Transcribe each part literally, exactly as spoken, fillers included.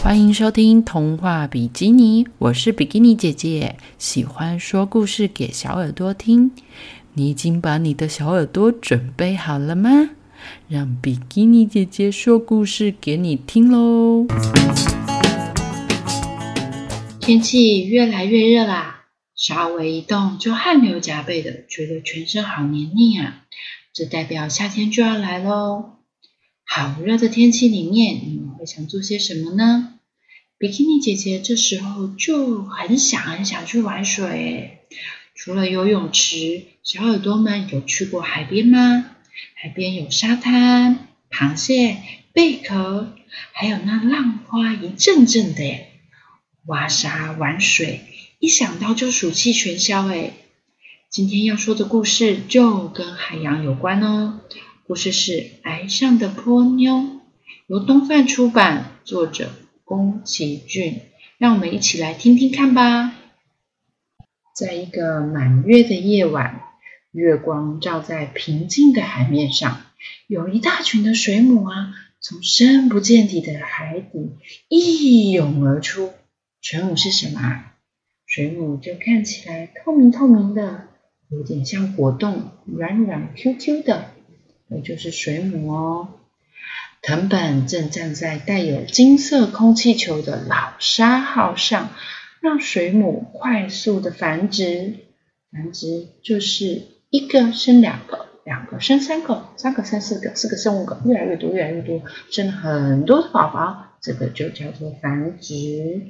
欢迎收听童话比基尼，我是比基尼姐姐，喜欢说故事给小耳朵听。你已经把你的小耳朵准备好了吗？让比基尼姐姐说故事给你听咯。天气越来越热啦，稍微一动就汗流浃背的，觉得全身好黏腻啊，这代表夏天就要来咯。好热的天气里面，你们会想做些什么呢？比基尼姐姐这时候就很想很想去玩水。除了游泳池，小耳朵们有去过海边吗？海边有沙滩、螃蟹、贝壳，还有那浪花一阵阵的耶。挖沙玩水，一想到就暑气全消耶。今天要说的故事就跟海洋有关哦。故事是《崖上的波妞》，由东贩出版，作者宫崎骏。让我们一起来听听看吧。在一个满月的夜晚，月光照在平静的海面上，有一大群的水母啊，从深不见底的海底一涌而出。水母是什么啊？水母就看起来透明透明的，有点像果冻，软软 Q Q 的，那就是水母哦。藤本正站在带有金色空气球的老沙号上，让水母快速的繁殖。繁殖就是一个生两个，两个生三个，三个生四个，四个生五个，越来越多越来越多，生了很多的宝宝，这个就叫做繁殖。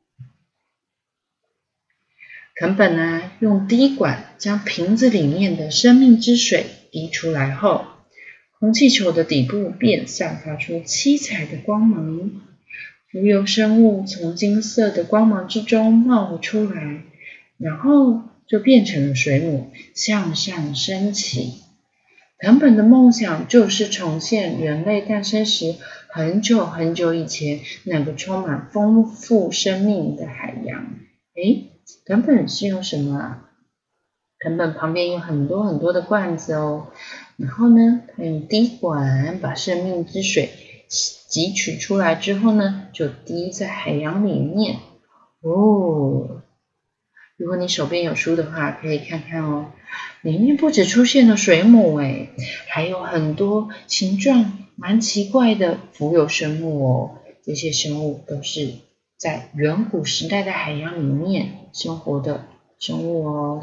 藤本呢，用滴管将瓶子里面的生命之水滴出来后，空气球的底部便散发出七彩的光芒，浮游生物从金色的光芒之中冒了出来，然后就变成了水母，向上升起。藤本的梦想就是重现人类诞生时很久很久以前那个充满丰富生命的海洋。诶，藤本是用什么啊？藤本旁边有很多很多的罐子哦，然后呢，他用滴管把生命之水汲取出来之后呢，就滴在海洋里面哦。如果你手边有书的话，可以看看哦。里面不只出现了水母诶，还有很多形状蛮奇怪的浮游生物哦。这些生物都是在远古时代的海洋里面生活的生物哦。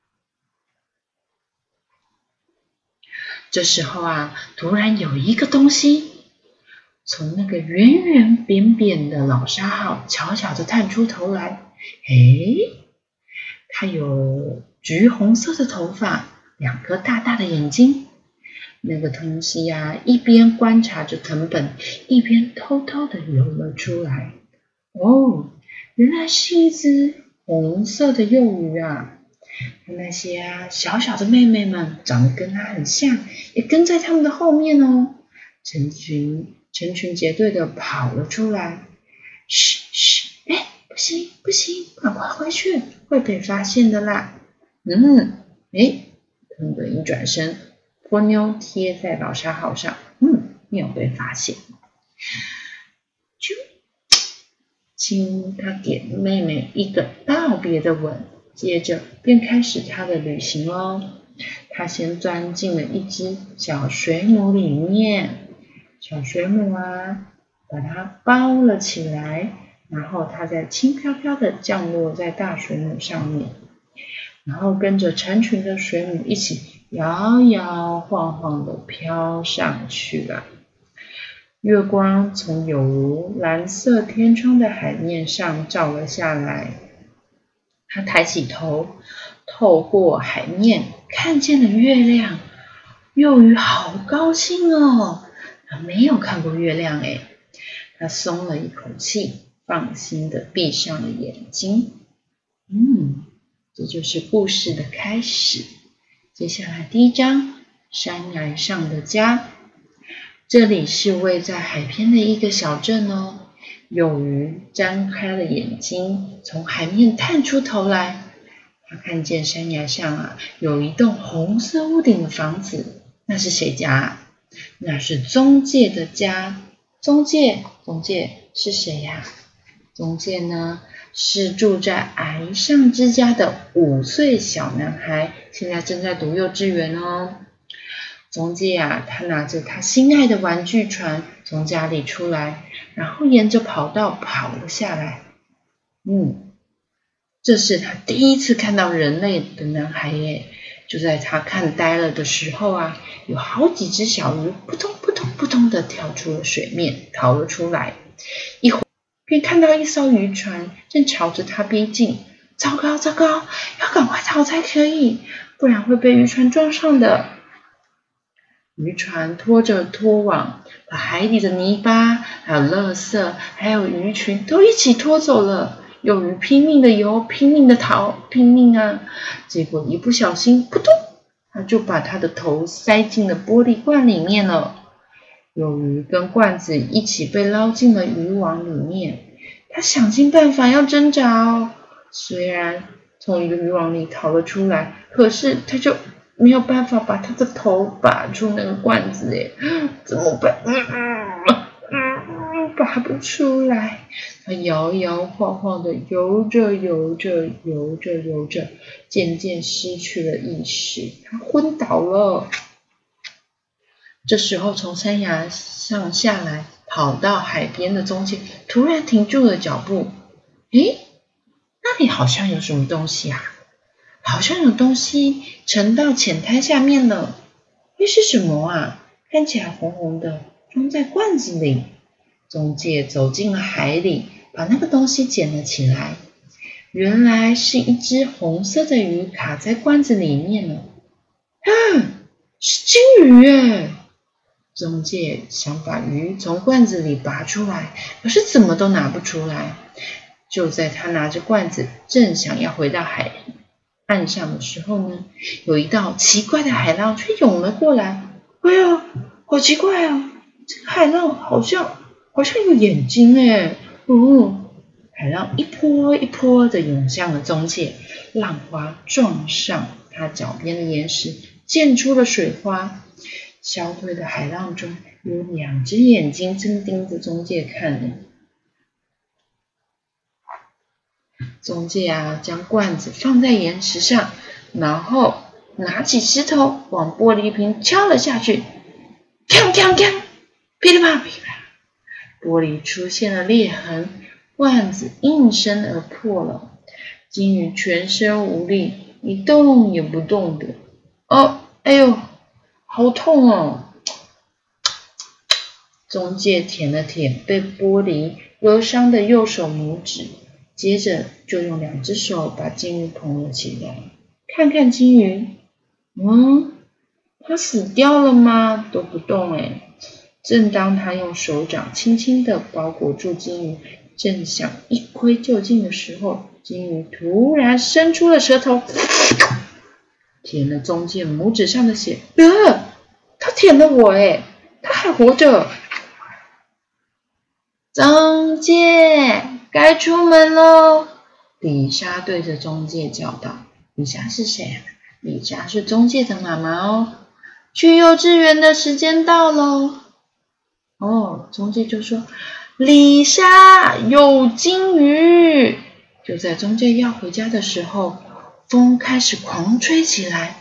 这时候啊，突然有一个东西从那个圆圆扁扁的老沙号悄悄地探出头来。诶，它有橘红色的头发，两颗大大的眼睛。那个东西啊，一边观察着藤本，一边偷偷地游了出来。哦，原来是一只红色的幼鱼啊！那些啊小小的妹妹们长得跟它很像，也跟在它们的后面哦，成群成群结队的跑了出来。嘘嘘，哎，不行不行，赶快回去，会被发现的啦。嗯，哎，藤本一转身，波妞贴在老沙号上，嗯，没有被发现。啾，亲，他给妹妹一个道别的吻，接着便开始他的旅行咯。他先钻进了一只小水母里面，小水母啊，把它包了起来，然后它再轻飘飘的降落在大水母上面，然后跟着成群的水母一起摇摇晃晃的飘上去了。月光从有如蓝色天窗的海面上照了下来，他抬起头，透过海面看见了月亮。幼鱼好高兴哦，他没有看过月亮诶，他松了一口气，放心的闭上了眼睛。嗯，这就是故事的开始。接下来第一章，山崖上的家。这里是位在海边的一个小镇哦。幼鱼张开了眼睛，从海面探出头来。他看见山崖上啊，有一栋红色屋顶的房子。那是谁家啊？那是宗介的家。 中介，中介是谁呀？中介呢是住在崖上之家的五岁小男孩，现在正在读幼稚园哦。中介啊，他拿着他心爱的玩具船从家里出来，然后沿着跑道跑了下来。嗯，这是他第一次看到人类的男孩耶。就在他看呆了的时候啊，有好几只小鱼扑通扑通扑通的跳出了水面，逃了出来。一会便看到一艘渔船正朝着他逼近。糟糕糟糕，要赶快逃才可以，不然会被渔船撞上的。渔船拖着拖网，把海底的泥巴、还有垃圾、还有鱼群都一起拖走了。幼鱼拼命的游，拼命的逃，拼命啊！结果一不小心，扑通，他就把他的头塞进了玻璃罐里面了。幼鱼跟罐子一起被捞进了渔网里面。他想尽办法要挣扎哦，虽然从一个渔网里逃了出来，可是他就没有办法把他的头拔出那个罐子耶，怎么办？嗯嗯嗯，拔不出来。他摇摇晃晃的游着游着游着游着，渐渐失去了意识，他昏倒了。这时候从山崖上下来跑到海边的中介突然停住了脚步。诶，那里好像有什么东西啊，好像有东西沉到浅滩下面了。会是什么啊？看起来红红的，装在罐子里。中介走进了海里，把那个东西捡了起来。原来是一只红色的鱼卡在罐子里面了。啊，是金鱼耶！中介想把鱼从罐子里拔出来，可是怎么都拿不出来。就在他拿着罐子正想要回到海岸上的时候呢，有一道奇怪的海浪却涌了过来。哎呀，好奇怪啊，这个海浪好像好像有眼睛耶。嗯，海浪一波一波的涌向了中介，浪花撞上他脚边的岩石，溅出了水花。消退的海浪中有两只眼睛正盯着中介看呢。中介啊，将罐子放在岩石上，然后拿起石头往玻璃瓶敲了下去。锵锵锵，噼里啪噼里啪，玻璃出现了裂痕，罐子应声而破了。金鱼全身无力，一动也不动的。哦，哎呦，好痛哦！中介舔了舔被玻璃割伤的右手拇指，接着就用两只手把金鱼捧了起来。看看金鱼，嗯，它死掉了吗？都不动诶。正当他用手掌轻轻地包裹住金鱼，正想一窥究竟的时候，金鱼突然伸出了舌头，舔了中介拇指上的血。呃，它舔了我诶，它还活着。中介，该出门咯！李莎对着中介叫道。李莎是谁啊？李莎是中介的妈妈哦。去幼稚园的时间到咯。哦，中介就说，李莎有金鱼。就在中介要回家的时候，风开始狂吹起来，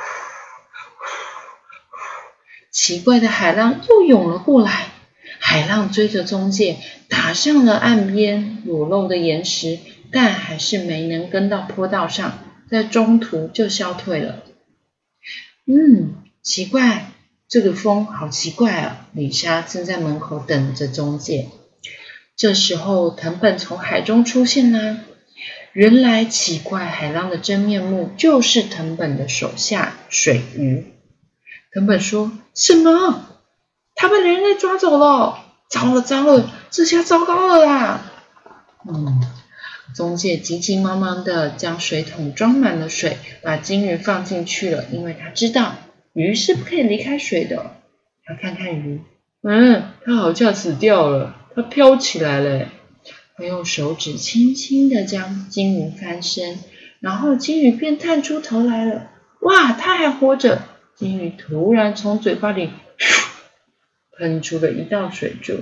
奇怪的海浪又涌了过来。海浪追着中介打上了岸边裸露的岩石，但还是没能跟到坡道上，在中途就消退了。嗯，奇怪，这个风好奇怪啊！李莎正在门口等着中介。这时候藤本从海中出现啦。原来奇怪海浪的真面目就是藤本的手下水鱼。藤本说，什么？他被人类抓走了！糟了糟了，这下糟糕了啦！嗯，中介急急忙忙的将水桶装满了水，把金鱼放进去了，因为他知道鱼是不可以离开水的。他看看鱼，嗯，它好像死掉了，它飘起来了。他用手指轻轻的将金鱼翻身，然后金鱼便探出头来了。哇，它还活着！金鱼突然从嘴巴里喷出了一道水柱。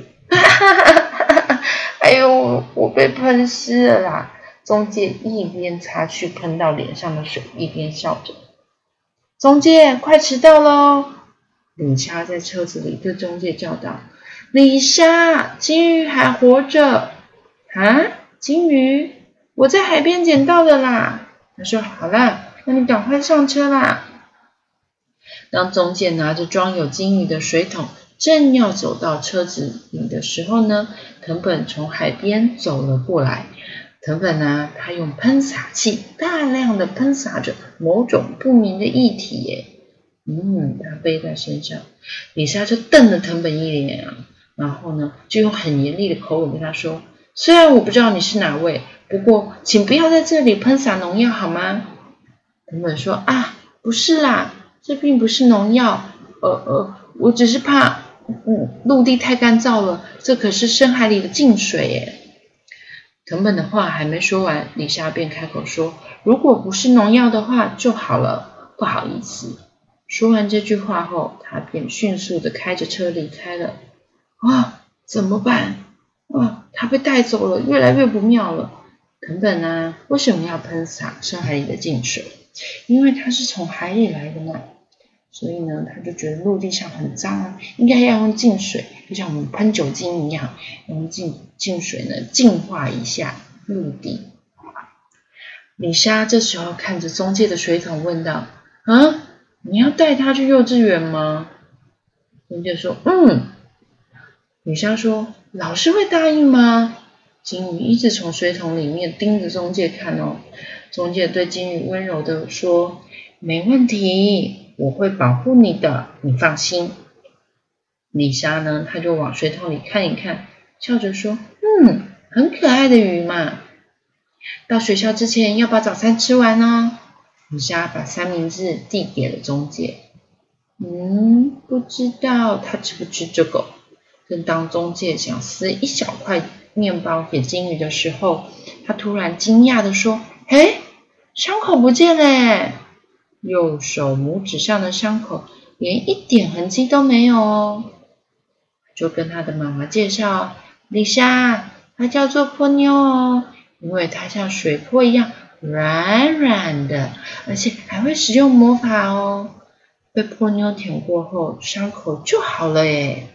哎呦，我被喷湿了啦！中介一边擦去喷到脸上的水，一边笑着。中介，快迟到咯！李莎在车子里对中介叫道：李莎，金鱼还活着！啊，金鱼？我在海边捡到的啦！他说：好啦，那你赶快上车啦！当中介拿着装有金鱼的水桶正要走到车子里的时候呢，藤本从海边走了过来。藤本呢，他用喷洒器大量的喷洒着某种不明的液体耶。嗯，他背在身上。李莎就瞪了藤本一眼啊，然后呢，就用很严厉的口吻跟他说：虽然我不知道你是哪位，不过请不要在这里喷洒农药好吗？藤本说：啊，不是啦，这并不是农药，呃呃，我只是怕嗯，陆地太干燥了，这可是深海里的净水耶。藤本的话还没说完，李莎便开口说：如果不是农药的话就好了，不好意思。说完这句话后，他便迅速的开着车离开了。啊，怎么办？啊，他被带走了，越来越不妙了。藤本啊，为什么要喷洒深海里的净水？因为他是从海里来的嘛。所以呢，他就觉得陆地上很脏啊，应该要用净水，就像我们喷酒精一样，用净净水呢净化一下陆地。李莎这时候看着中介的水桶问道：啊，你要带他去幼稚园吗？中介说：嗯。李莎说：老师会答应吗？金鱼一直从水桶里面盯着中介看哦。中介对金鱼温柔的说：没问题，我会保护你的，你放心。李莎呢，她就往水桶里看一看，笑着说：嗯，很可爱的鱼嘛。到学校之前要把早餐吃完哦。李莎把三明治递给了中介。嗯，不知道他吃不吃这个。正当中介想撕一小块面包给金鱼的时候，他突然惊讶地说：诶，伤口不见了！右手拇指上的伤口连一点痕迹都没有哦。就跟他的妈妈介绍：丽莎，她叫做波妞哦，因为她像水波一样软软的，而且还会使用魔法哦。被波妞舔过后，伤口就好了耶。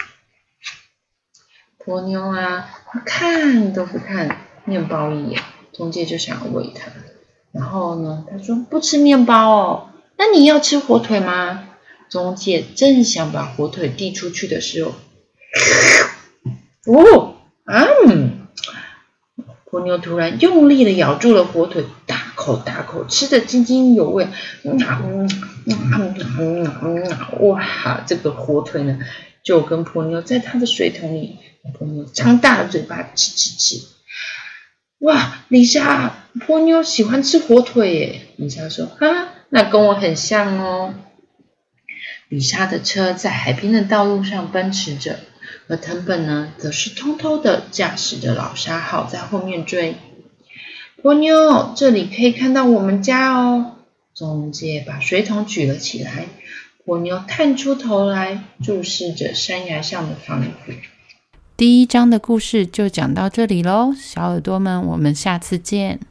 波妞啊，他看都不看面包一眼，中介就想要喂他。然后呢，他说不吃面包哦，那你要吃火腿吗？中介正想把火腿递出去的时候，哦，啊，波妞突然用力的咬住了火腿，大口大口吃得津津有味。嗯嗯嗯嗯嗯、哇，这个火腿呢，就跟波妞在他的水桶里，波妞张大了嘴巴吃吃吃。哇，丽莎，波妞喜欢吃火腿耶！丽莎说：啊，那跟我很像哦。丽莎的车在海边的道路上奔驰着，而藤本呢，则是偷偷的驾驶着老沙号在后面追。波妞，这里可以看到我们家哦。中介把水桶举了起来，波妞探出头来，注视着山崖上的房子。 第一章的故事就讲到这里咯，小耳朵们，我们下次见。